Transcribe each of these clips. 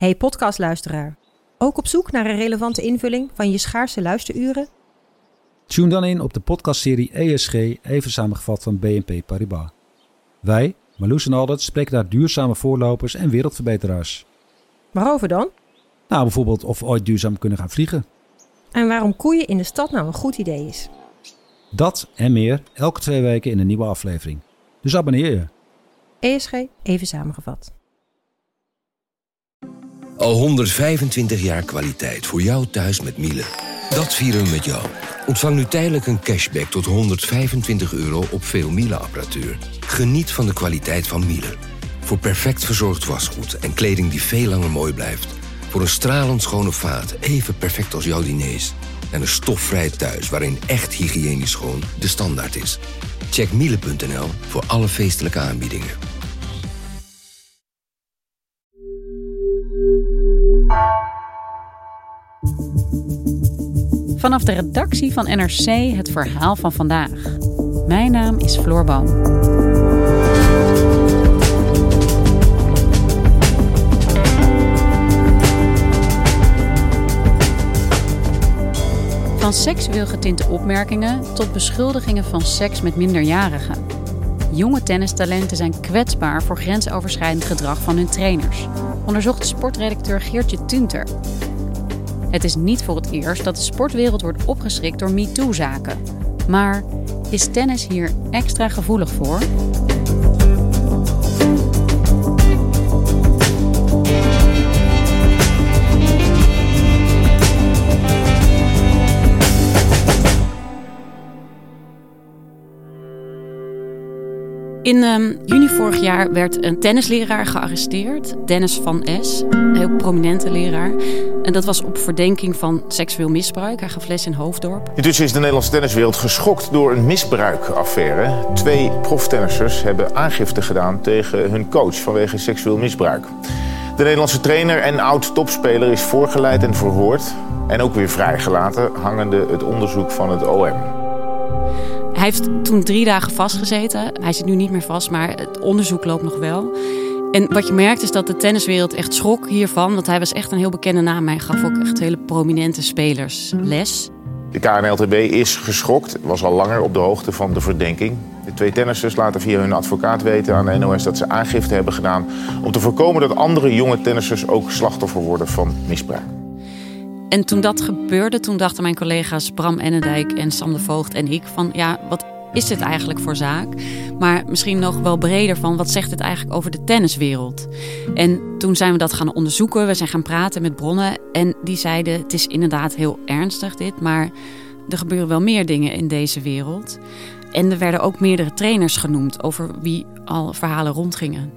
Hey podcastluisteraar, ook op zoek naar een relevante invulling van je schaarse luisteruren? Tune dan in op de podcastserie ESG, even samengevat van BNP Paribas. Wij, Marloes en Aldert, spreken daar duurzame voorlopers en wereldverbeteraars. Waarover dan? Nou, bijvoorbeeld of we ooit duurzaam kunnen gaan vliegen. En waarom koeien in de stad nou een goed idee is. Dat en meer elke 2 weken in een nieuwe aflevering. Dus abonneer je. ESG, even samengevat. Al 125 jaar kwaliteit voor jou thuis met Miele. Dat vieren we met jou. Ontvang nu tijdelijk een cashback tot €125 op veel Miele-apparatuur. Geniet van de kwaliteit van Miele. Voor perfect verzorgd wasgoed en kleding die veel langer mooi blijft. Voor een stralend schone vaat, even perfect als jouw diners. En een stofvrij thuis waarin echt hygiënisch schoon de standaard is. Check miele.nl voor alle feestelijke aanbiedingen. Vanaf de redactie van NRC het verhaal van vandaag. Mijn naam is Floor Boom. Van seksueel getinte opmerkingen tot beschuldigingen van seks met minderjarigen. Jonge tennistalenten zijn kwetsbaar voor grensoverschrijdend gedrag van hun trainers, onderzocht sportredacteur Geertje Tunter. Het is niet voor het eerst dat de sportwereld wordt opgeschrikt door MeToo-zaken. Maar is tennis hier extra gevoelig voor? In juni vorig jaar werd een tennisleraar gearresteerd, Dennis van S., een heel prominente leraar. En dat was op verdenking van seksueel misbruik. Hij gaf les in Hoofddorp. Intussen is de Nederlandse tenniswereld geschokt door een misbruikaffaire. 2 proftennissers hebben aangifte gedaan tegen hun coach vanwege seksueel misbruik. De Nederlandse trainer en oud-topspeler is voorgeleid en verhoord. En ook weer vrijgelaten, hangende het onderzoek van het OM. Hij heeft toen 3 dagen vastgezeten. Hij zit nu niet meer vast, maar het onderzoek loopt nog wel. En wat je merkt is dat de tenniswereld echt schrok hiervan. Want hij was echt een heel bekende naam. Hij gaf ook echt hele prominente spelers les. De KNLTB is geschokt, was al langer op de hoogte van de verdenking. De 2 tennissers laten via hun advocaat weten aan de NOS dat ze aangifte hebben gedaan om te voorkomen dat andere jonge tennissers ook slachtoffer worden van misbruik. En toen dat gebeurde, toen dachten mijn collega's Bram Ennendijk en Sam de Voogd en ik van ja, wat is dit eigenlijk voor zaak? Maar misschien nog wel breder van wat zegt het eigenlijk over de tenniswereld? En toen zijn we dat gaan onderzoeken. We zijn gaan praten met bronnen en die zeiden het is inderdaad heel ernstig dit, maar er gebeuren wel meer dingen in deze wereld. En er werden ook meerdere trainers genoemd over wie al verhalen rondgingen.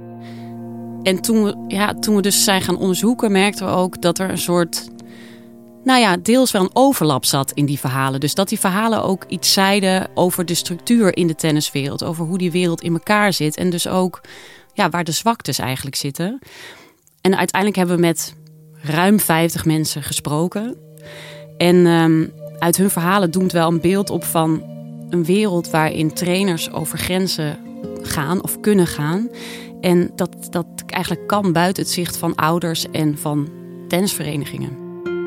En toen we dus zijn gaan onderzoeken, merkten we ook dat er een soort deels wel een overlap zat in die verhalen. Dus dat die verhalen ook iets zeiden over de structuur in de tenniswereld. Over hoe die wereld in elkaar zit. En dus ook waar de zwaktes eigenlijk zitten. En uiteindelijk hebben we met ruim 50 mensen gesproken. En uit hun verhalen doemt wel een beeld op van een wereld waarin trainers over grenzen gaan of kunnen gaan. En dat eigenlijk kan buiten het zicht van ouders en van tennisverenigingen.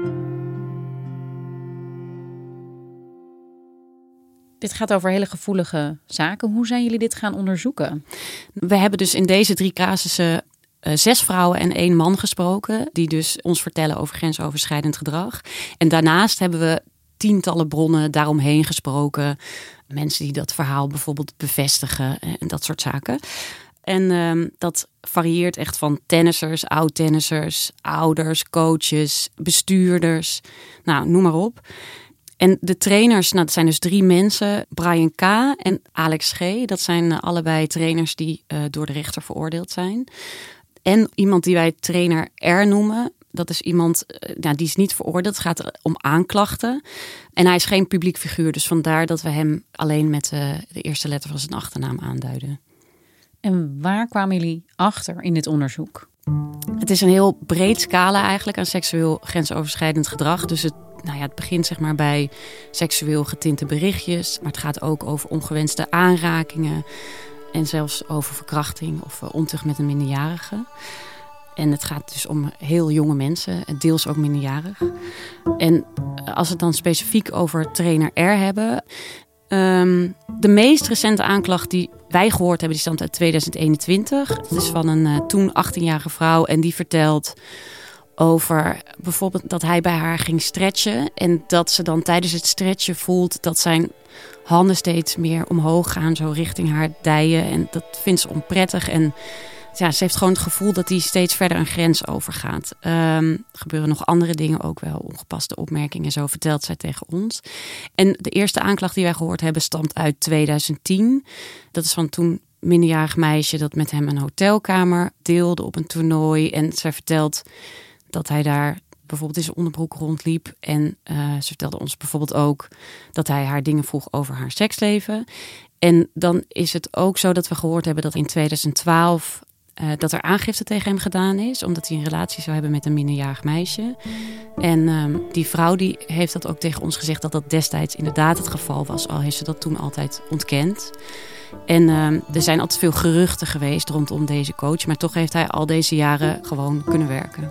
Dit gaat over hele gevoelige zaken. Hoe zijn jullie dit gaan onderzoeken? We hebben dus in deze 3 casussen 6 vrouwen en 1 man gesproken. Die dus ons vertellen over grensoverschrijdend gedrag. En daarnaast hebben we tientallen bronnen daaromheen gesproken. Mensen die dat verhaal bijvoorbeeld bevestigen en dat soort zaken. En dat varieert echt van tennissers, oud-tennissers, ouders, coaches, bestuurders. Nou, noem maar op. En de trainers, dat zijn dus 3 mensen. Brian K. en Alex G. Dat zijn allebei trainers die door de rechter veroordeeld zijn. En iemand die wij trainer R noemen. Dat is iemand, die is niet veroordeeld. Het gaat om aanklachten. En hij is geen publiek figuur. Dus vandaar dat we hem alleen met de eerste letter van zijn achternaam aanduiden. En waar kwamen jullie achter in dit onderzoek? Het is een heel breed scala eigenlijk aan seksueel grensoverschrijdend gedrag. Dus het begint zeg maar bij seksueel getinte berichtjes. Maar het gaat ook over ongewenste aanrakingen. En zelfs over verkrachting of ontucht met een minderjarige. En het gaat dus om heel jonge mensen, deels ook minderjarig. En als we het dan specifiek over trainer R hebben. De meest recente aanklacht die wij gehoord hebben, die stamt uit 2021. Het is van een toen 18-jarige vrouw en die vertelt over bijvoorbeeld dat hij bij haar ging stretchen. En dat ze dan tijdens het stretchen voelt dat zijn handen steeds meer omhoog gaan, zo richting haar dijen. En dat vindt ze onprettig. En ja, ze heeft gewoon het gevoel dat hij steeds verder een grens overgaat. Er gebeuren nog andere dingen ook wel, ongepaste opmerkingen. Zo vertelt zij tegen ons. En de eerste aanklacht die wij gehoord hebben stamt uit 2010. Dat is van toen minderjarig meisje dat met hem een hotelkamer deelde op een toernooi. En zij vertelt dat hij daar bijvoorbeeld in zijn onderbroek rondliep. En ze vertelde ons bijvoorbeeld ook dat hij haar dingen vroeg over haar seksleven. En dan is het ook zo dat we gehoord hebben dat in 2012... dat er aangifte tegen hem gedaan is, omdat hij een relatie zou hebben met een minderjarig meisje. En die vrouw die heeft dat ook tegen ons gezegd dat dat destijds inderdaad het geval was, al heeft ze dat toen altijd ontkend. En er zijn altijd veel geruchten geweest rondom deze coach, maar toch heeft hij al deze jaren gewoon kunnen werken.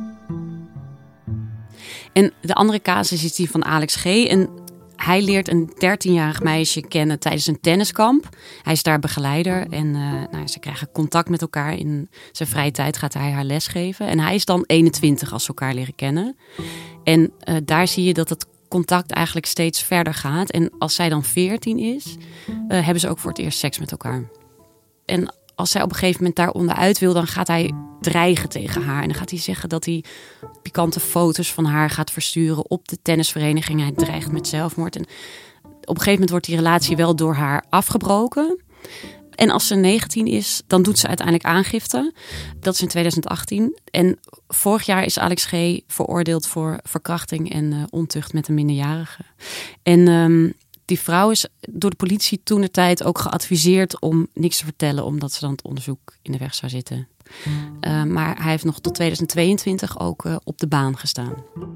En de andere casus is die van Alex G. En hij leert een 13-jarig meisje kennen tijdens een tenniskamp. Hij is daar begeleider en ze krijgen contact met elkaar. In zijn vrije tijd gaat hij haar lesgeven. En hij is dan 21 als ze elkaar leren kennen. En daar zie je dat het contact eigenlijk steeds verder gaat. En als zij dan 14 is, hebben ze ook voor het eerst seks met elkaar. En als zij op een gegeven moment daar onderuit wil, dan gaat hij dreigen tegen haar. En dan gaat hij zeggen dat hij pikante foto's van haar gaat versturen op de tennisvereniging. Hij dreigt met zelfmoord. En op een gegeven moment wordt die relatie wel door haar afgebroken. En als ze 19 is, dan doet ze uiteindelijk aangifte. Dat is in 2018. En vorig jaar is Alex G. veroordeeld voor verkrachting en ontucht met een minderjarige. En die vrouw is door de politie toentertijd ook geadviseerd om niks te vertellen, omdat ze dan het onderzoek in de weg zou zitten. Maar hij heeft nog tot 2022 ook op de baan gestaan.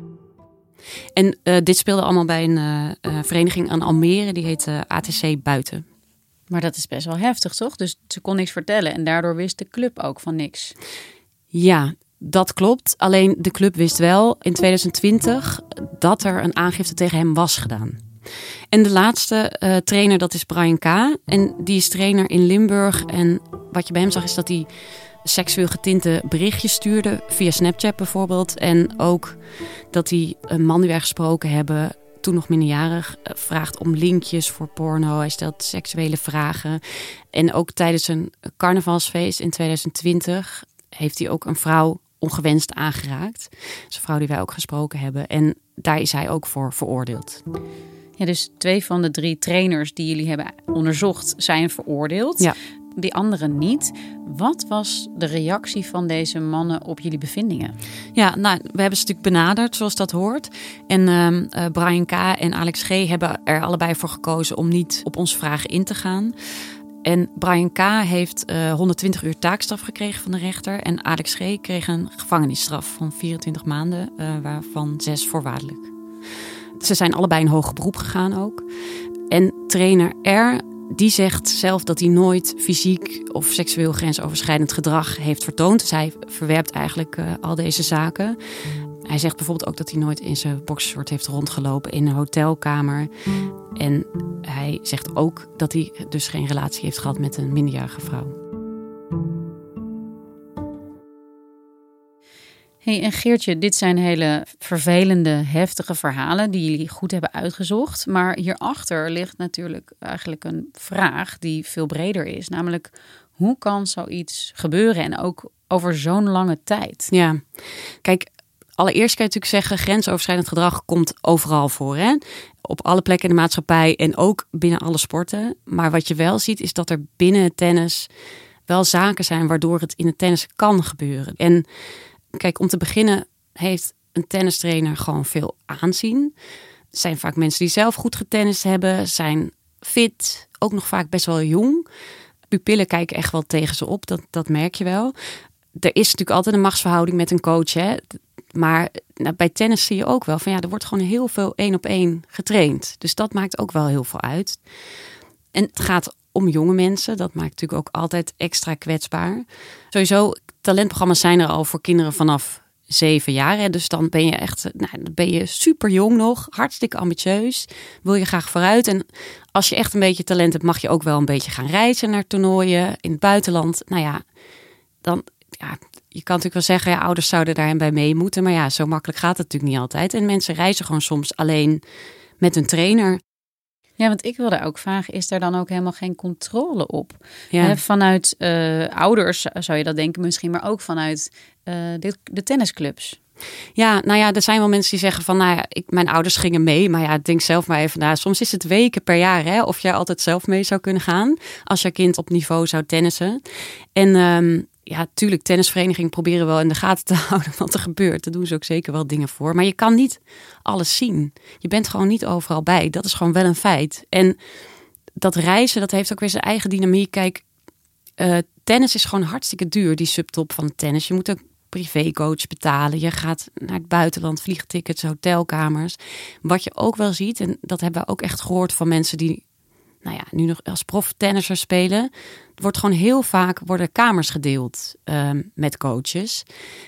En dit speelde allemaal bij een vereniging aan Almere, die heet ATC Buiten. Maar dat is best wel heftig, toch? Dus ze kon niks vertellen en daardoor wist de club ook van niks. Ja, dat klopt. Alleen de club wist wel in 2020 dat er een aangifte tegen hem was gedaan. En de laatste trainer, dat is Brian K. En die is trainer in Limburg. En wat je bij hem zag is dat hij seksueel getinte berichtjes stuurde. Via Snapchat bijvoorbeeld. En ook dat hij een man die wij gesproken hebben, toen nog minderjarig, vraagt om linkjes voor porno. Hij stelt seksuele vragen. En ook tijdens een carnavalsfeest in 2020 heeft hij ook een vrouw ongewenst aangeraakt. Dat is een vrouw die wij ook gesproken hebben. En daar is hij ook voor veroordeeld. Ja, dus 2 van de 3 trainers die jullie hebben onderzocht zijn veroordeeld. Ja. Die anderen niet. Wat was de reactie van deze mannen op jullie bevindingen? Ja, nou, we hebben ze natuurlijk benaderd zoals dat hoort. En Brian K. en Alex G. hebben er allebei voor gekozen om niet op onze vragen in te gaan. En Brian K. heeft 120 uur taakstraf gekregen van de rechter. En Alex G. kreeg een gevangenisstraf van 24 maanden, waarvan 6 voorwaardelijk. Ze zijn allebei in hoger beroep gegaan ook. En trainer R, die zegt zelf dat hij nooit fysiek of seksueel grensoverschrijdend gedrag heeft vertoond. Dus hij verwerpt eigenlijk al deze zaken. Hij zegt bijvoorbeeld ook dat hij nooit in zijn boxershort heeft rondgelopen in een hotelkamer. En hij zegt ook dat hij dus geen relatie heeft gehad met een minderjarige vrouw. Hey, en Geertje, dit zijn hele vervelende, heftige verhalen die jullie goed hebben uitgezocht. Maar hierachter ligt natuurlijk eigenlijk een vraag die veel breder is. Namelijk, hoe kan zoiets gebeuren en ook over zo'n lange tijd? Ja, kijk, allereerst kan je natuurlijk zeggen, grensoverschrijdend gedrag komt overal voor. Hè? Op alle plekken in de maatschappij en ook binnen alle sporten. Maar wat je wel ziet is dat er binnen het tennis wel zaken zijn waardoor het in het tennis kan gebeuren. En kijk, om te beginnen heeft een tennistrainer gewoon veel aanzien. Het zijn vaak mensen die zelf goed getennist hebben, zijn fit, ook nog vaak best wel jong. Pupillen kijken echt wel tegen ze op, dat merk je wel. Er is natuurlijk altijd een machtsverhouding met een coach, hè. Maar bij tennis zie je ook wel van ja, er wordt gewoon heel veel 1-op-1 getraind. Dus dat maakt ook wel heel veel uit. En het gaat om jonge mensen. Dat maakt natuurlijk ook altijd extra kwetsbaar. Sowieso, talentprogramma's zijn er al voor kinderen vanaf 7 jaar. Hè? Dus dan ben je echt, dan ben je super jong nog, hartstikke ambitieus. Wil je graag vooruit. En als je echt een beetje talent hebt, mag je ook wel een beetje gaan reizen naar toernooien in het buitenland. Dan, je kan natuurlijk wel zeggen, ouders zouden daarin bij mee moeten. Maar zo makkelijk gaat het natuurlijk niet altijd. En mensen reizen gewoon soms alleen met een trainer. Ja, want ik wilde ook vragen, is er dan ook helemaal geen controle op? Ja. Vanuit ouders zou je dat denken misschien, maar ook vanuit de tennisclubs. Ja, er zijn wel mensen die zeggen van, mijn ouders gingen mee. Maar denk zelf maar even soms is het weken per jaar, of jij altijd zelf mee zou kunnen gaan. Als je kind op niveau zou tennissen. En tuurlijk, tennisvereniging proberen wel in de gaten te houden wat er gebeurt. Daar doen ze ook zeker wel dingen voor. Maar je kan niet alles zien. Je bent gewoon niet overal bij. Dat is gewoon wel een feit. En dat reizen, dat heeft ook weer zijn eigen dynamiek. Kijk, tennis is gewoon hartstikke duur, die subtop van tennis. Je moet ook privécoach betalen. Je gaat naar het buitenland, vliegtickets, hotelkamers. Wat je ook wel ziet, en dat hebben we ook echt gehoord van mensen die nu nog als proftennisser spelen. Er wordt gewoon heel vaak worden kamers gedeeld met coaches.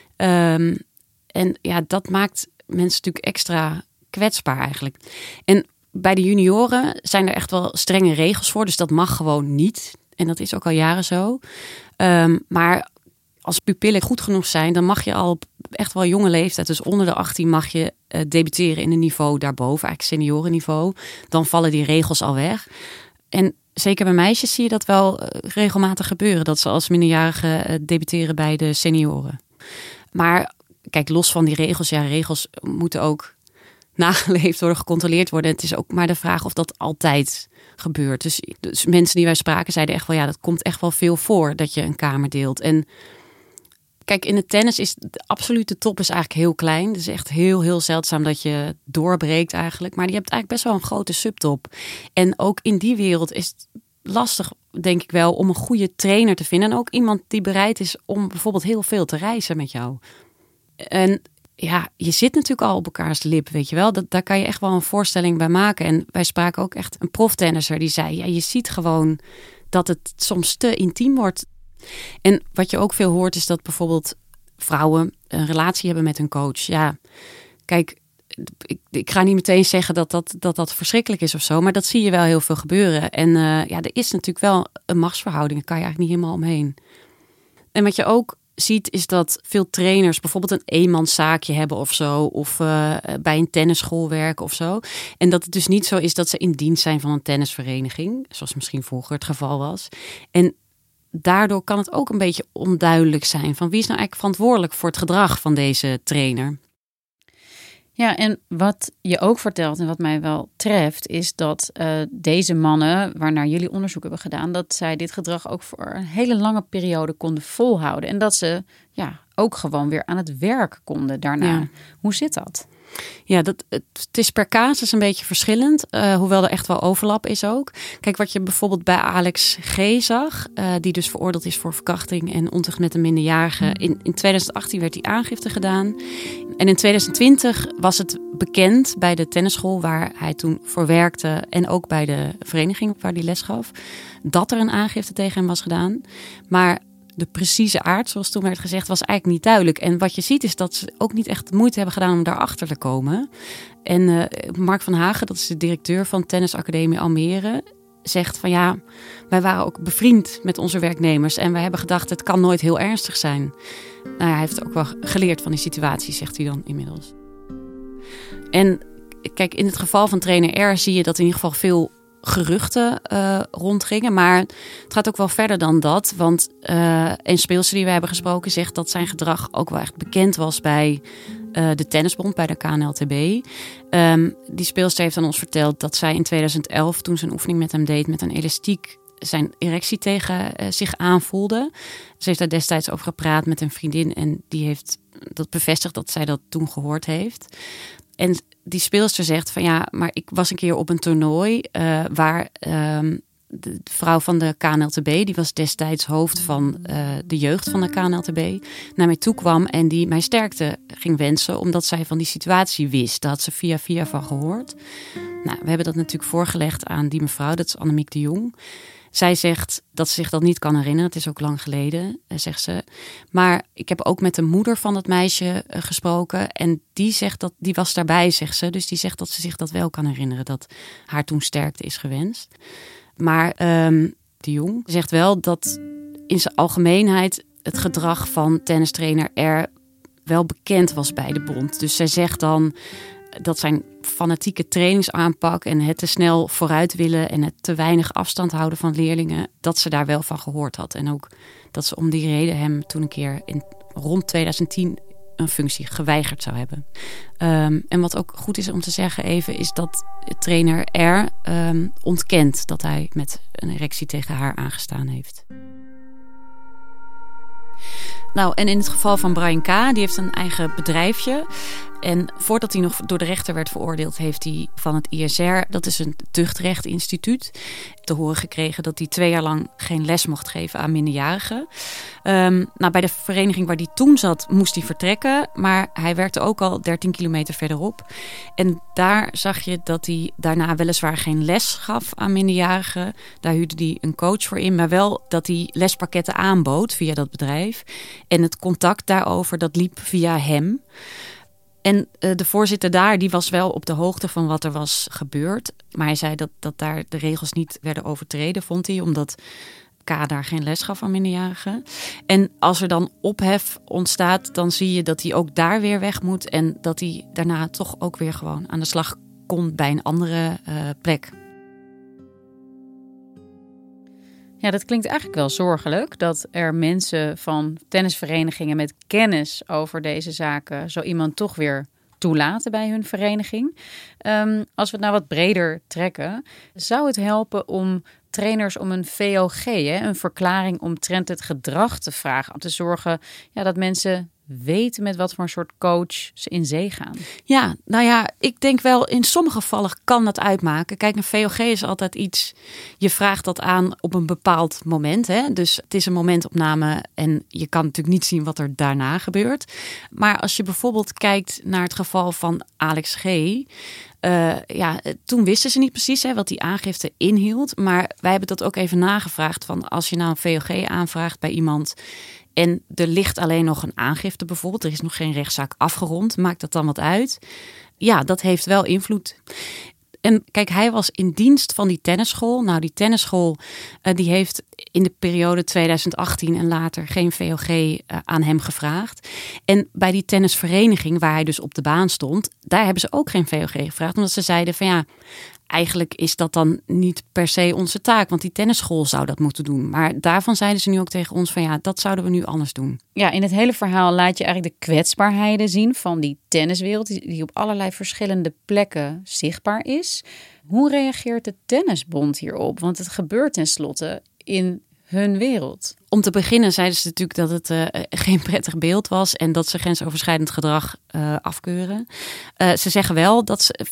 En dat maakt mensen natuurlijk extra kwetsbaar eigenlijk. En bij de junioren zijn er echt wel strenge regels voor. Dus dat mag gewoon niet. En dat is ook al jaren zo. Maar als pupillen goed genoeg zijn, dan mag je al op echt wel jonge leeftijd, dus onder de 18, mag je debuteren in een niveau daarboven, eigenlijk seniorenniveau. Dan vallen die regels al weg. En zeker bij meisjes zie je dat wel regelmatig gebeuren, dat ze als minderjarige debuteren bij de senioren. Maar kijk, los van die regels, regels moeten ook nageleefd worden, gecontroleerd worden. Het is ook maar de vraag of dat altijd gebeurt. Dus mensen die wij spraken zeiden echt wel, dat komt echt wel veel voor dat je een kamer deelt. En kijk, in het tennis is de absolute top is eigenlijk heel klein. Het is echt heel, heel zeldzaam dat je doorbreekt eigenlijk. Maar je hebt eigenlijk best wel een grote subtop. En ook in die wereld is het lastig, denk ik wel, om een goede trainer te vinden. En ook iemand die bereid is om bijvoorbeeld heel veel te reizen met jou. En je zit natuurlijk al op elkaars lip, weet je wel. Daar kan je echt wel een voorstelling bij maken. En wij spraken ook echt een proftennisser die zei, je ziet gewoon dat het soms te intiem wordt. En wat je ook veel hoort is dat bijvoorbeeld vrouwen een relatie hebben met een coach. Ja, kijk, ik ga niet meteen zeggen dat verschrikkelijk is of zo. Maar dat zie je wel heel veel gebeuren. En er is natuurlijk wel een machtsverhouding. Daar kan je eigenlijk niet helemaal omheen. En wat je ook ziet is dat veel trainers bijvoorbeeld een eenmanszaakje hebben of zo. Of bij een tennisschool werken of zo. En dat het dus niet zo is dat ze in dienst zijn van een tennisvereniging. Zoals misschien vroeger het geval was. En daardoor kan het ook een beetje onduidelijk zijn van wie is nou eigenlijk verantwoordelijk voor het gedrag van deze trainer. Ja, en wat je ook vertelt en wat mij wel treft is dat deze mannen, waarnaar jullie onderzoek hebben gedaan, dat zij dit gedrag ook voor een hele lange periode konden volhouden. En dat ze ook gewoon weer aan het werk konden daarna. Ja. Hoe zit dat? Ja, het is per casus een beetje verschillend. Hoewel er echt wel overlap is ook. Kijk, wat je bijvoorbeeld bij Alex G. zag. Die dus veroordeeld is voor verkrachting en ontucht met een minderjarige. In 2018 werd die aangifte gedaan. En in 2020 was het bekend bij de tennisschool waar hij toen voor werkte. En ook bij de vereniging waar hij les gaf. Dat er een aangifte tegen hem was gedaan. Maar de precieze aard, zoals toen werd gezegd, was eigenlijk niet duidelijk. En wat je ziet is dat ze ook niet echt moeite hebben gedaan om daarachter te komen. En Mark van Hagen, dat is de directeur van Tennisacademie Almere, zegt van wij waren ook bevriend met onze werknemers. En wij hebben gedacht, het kan nooit heel ernstig zijn. Hij heeft ook wel geleerd van die situatie, zegt hij dan inmiddels. En kijk, in het geval van trainer R zie je dat in ieder geval veel geruchten rondgingen. Maar het gaat ook wel verder dan dat. Want een speelster die we hebben gesproken zegt dat zijn gedrag ook wel echt bekend was bij de tennisbond, bij de KNLTB. Die speelster heeft aan ons verteld dat zij in 2011, toen ze een oefening met hem deed met een elastiek, zijn erectie tegen zich aanvoelde. Ze heeft daar destijds over gepraat met een vriendin en die heeft dat bevestigd dat zij dat toen gehoord heeft. En die speelster zegt van maar ik was een keer op een toernooi waar de vrouw van de KNLTB, die was destijds hoofd van de jeugd van de KNLTB, naar mij toe kwam en die mij sterkte ging wensen, omdat zij van die situatie wist. Daar had ze via van gehoord. Nou, we hebben dat natuurlijk voorgelegd aan die mevrouw, dat is Annemiek de Jong. Zij zegt dat ze zich dat niet kan herinneren. Het is ook lang geleden, zegt ze. Maar ik heb ook met de moeder van dat meisje gesproken. En die was daarbij, zegt ze. Dus die zegt dat ze zich dat wel kan herinneren. Dat haar toen sterkte is gewenst. Maar de Jong zegt wel dat in zijn algemeenheid het gedrag van tennistrainer R wel bekend was bij de bond. Dus zij zegt dan dat zijn fanatieke trainingsaanpak en het te snel vooruit willen en het te weinig afstand houden van leerlingen, dat ze daar wel van gehoord had. En ook dat ze om die reden hem toen een keer rond 2010 een functie geweigerd zou hebben. En wat ook goed is om te zeggen even, is dat trainer R ontkent dat hij met een erectie tegen haar aangestaan heeft. Nou, en in het geval van Brian K., die heeft een eigen bedrijfje. En voordat hij nog door de rechter werd veroordeeld, heeft hij van het ISR, dat is een tuchtrechtinstituut, te horen gekregen dat hij 2 jaar lang geen les mocht geven aan minderjarigen. Bij de vereniging waar hij toen zat, moest hij vertrekken. Maar hij werkte ook al 13 kilometer verderop. En daar zag je dat hij daarna weliswaar geen les gaf aan minderjarigen. Daar huurde hij een coach voor in. Maar wel dat hij lespakketten aanbood via dat bedrijf. En het contact daarover, dat liep via hem. En de voorzitter daar, die was wel op de hoogte van wat er was gebeurd. Maar hij zei dat daar de regels niet werden overtreden, vond hij, omdat K daar geen les gaf aan minderjarigen. En als er dan ophef ontstaat, dan zie je dat hij ook daar weer weg moet. En dat hij daarna toch ook weer gewoon aan de slag kon bij een andere plek. Ja, dat klinkt eigenlijk wel zorgelijk dat er mensen van tennisverenigingen met kennis over deze zaken zo iemand toch weer toelaten bij hun vereniging. Als we het nou wat breder trekken, zou het helpen om trainers om een VOG, een verklaring omtrent het gedrag te vragen, om te zorgen dat mensen weten met wat voor een soort coach ze in zee gaan? Ja, nou ja, ik denk wel in sommige gevallen kan dat uitmaken. Kijk, een VOG is altijd iets, je vraagt dat aan op een bepaald moment. Hè? Dus het is een momentopname en je kan natuurlijk niet zien wat er daarna gebeurt. Maar als je bijvoorbeeld kijkt naar het geval van Alex G., toen wisten ze niet precies wat die aangifte inhield. Maar wij hebben dat ook even nagevraagd van als je nou een VOG aanvraagt bij iemand en er ligt alleen nog een aangifte bijvoorbeeld, er is nog geen rechtszaak afgerond, maakt dat dan wat uit? Ja, dat heeft wel invloed. En kijk, hij was in dienst van die tennisschool. Nou, die tennisschool die heeft in de periode 2018 en later geen VOG aan hem gevraagd. En bij die tennisvereniging waar hij dus op de baan stond, daar hebben ze ook geen VOG gevraagd. Omdat ze zeiden van eigenlijk is dat dan niet per se onze taak. Want die tennisschool zou dat moeten doen. Maar daarvan zeiden ze nu ook tegen ons van dat zouden we nu anders doen. Ja, in het hele verhaal laat je eigenlijk de kwetsbaarheden zien van die tenniswereld, die op allerlei verschillende plekken zichtbaar is. Hoe reageert de Tennisbond hierop? Want het gebeurt tenslotte in hun wereld. Om te beginnen zeiden ze natuurlijk dat het geen prettig beeld was en dat ze grensoverschrijdend gedrag afkeuren. Ze zeggen wel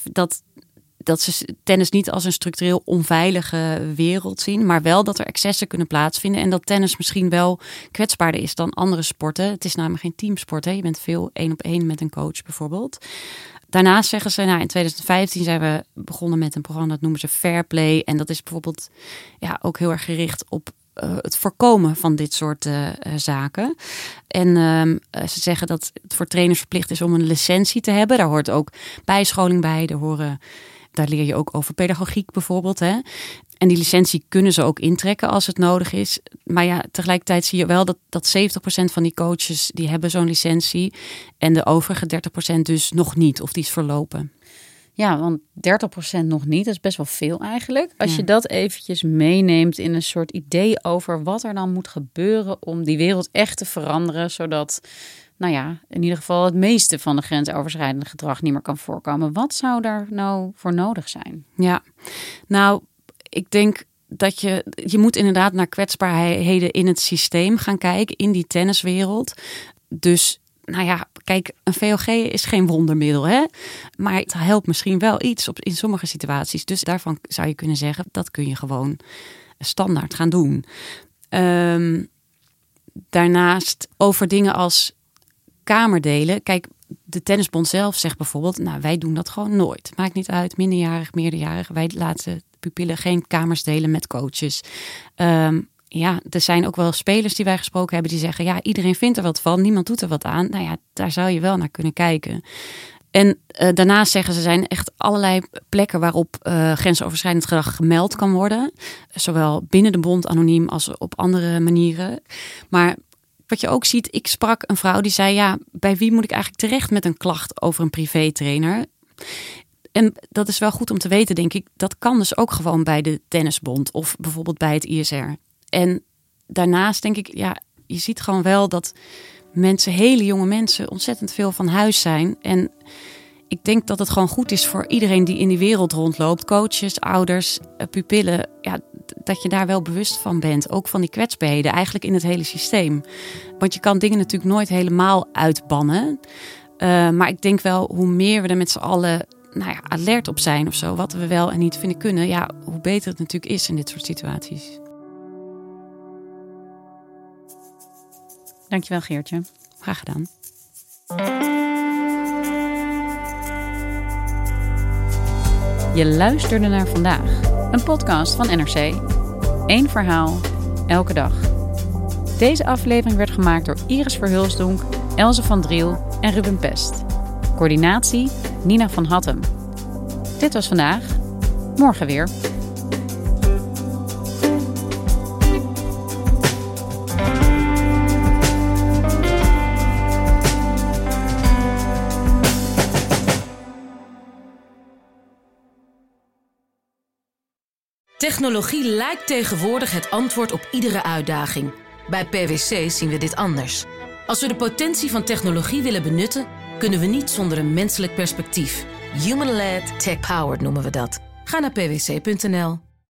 dat ze tennis niet als een structureel onveilige wereld zien, maar wel dat er excessen kunnen plaatsvinden en dat tennis misschien wel kwetsbaarder is dan andere sporten. Het is namelijk geen teamsport. Je bent veel 1-op-1 met een coach bijvoorbeeld. Daarnaast zeggen ze, in 2015 zijn we begonnen met een programma dat noemen ze Fair Play. En dat is bijvoorbeeld ook heel erg gericht op het voorkomen van dit soort zaken. En ze zeggen dat het voor trainers verplicht is om een licentie te hebben. Daar hoort ook bijscholing bij. Daar leer je ook over pedagogiek bijvoorbeeld. Hè? En die licentie kunnen ze ook intrekken als het nodig is. Maar tegelijkertijd zie je wel dat 70% van die coaches die hebben zo'n licentie. En de overige 30% dus nog niet. Of die is verlopen. Ja, want 30% nog niet. Dat is best wel veel eigenlijk. Als je dat eventjes meeneemt in een soort idee over wat er dan moet gebeuren om die wereld echt te veranderen. Zodat in ieder geval het meeste van de grensoverschrijdende gedrag niet meer kan voorkomen. Wat zou daar nou voor nodig zijn? Ja, nou, ik denk dat je moet inderdaad naar kwetsbaarheden in het systeem gaan kijken, in die tenniswereld. Dus, kijk, een VOG is geen wondermiddel, hè? Maar het helpt misschien wel iets in sommige situaties. Dus daarvan zou je kunnen zeggen, dat kun je gewoon standaard gaan doen. Daarnaast over dingen als kamerdelen. Kijk, De tennisbond zelf zegt bijvoorbeeld, nou, wij doen dat gewoon nooit. Maakt niet uit, minderjarig, meerderjarig. Wij laten pupillen geen kamers delen met coaches. Er zijn ook wel spelers die wij gesproken hebben die zeggen, ja, iedereen vindt er wat van, niemand doet er wat aan. Nou ja, daar zou je wel naar kunnen kijken. En daarnaast zeggen ze, zijn echt allerlei plekken waarop grensoverschrijdend gedrag gemeld kan worden. Zowel binnen de bond anoniem als op andere manieren. Maar wat je ook ziet, ik sprak een vrouw die zei, ja, bij wie moet ik eigenlijk terecht met een klacht over een privétrainer? En dat is wel goed om te weten, denk ik. Dat kan dus ook gewoon bij de tennisbond of bijvoorbeeld bij het ISR. En daarnaast denk ik, ja, je ziet gewoon wel dat mensen, hele jonge mensen, ontzettend veel van huis zijn. En ik denk dat het gewoon goed is voor iedereen die in die wereld rondloopt, coaches, ouders, pupillen, ja, dat je daar wel bewust van bent. Ook van die kwetsbaarheden, eigenlijk in het hele systeem. Want je kan dingen natuurlijk nooit helemaal uitbannen. Maar ik denk wel, hoe meer we er met z'n allen alert op zijn of zo, wat we wel en niet vinden kunnen, ja, hoe beter het natuurlijk is in dit soort situaties. Dankjewel, Geertje. Graag gedaan. Je luisterde naar Vandaag, een podcast van NRC. 1 verhaal, elke dag. Deze aflevering werd gemaakt door Iris Verhulsdonk, Elze van Driel en Ruben Pest. Coördinatie Nina van Hattem. Dit was Vandaag. Morgen weer. Technologie lijkt tegenwoordig het antwoord op iedere uitdaging. Bij PwC zien we dit anders. Als we de potentie van technologie willen benutten, kunnen we niet zonder een menselijk perspectief. Human-led, tech-powered noemen we dat. Ga naar pwc.nl.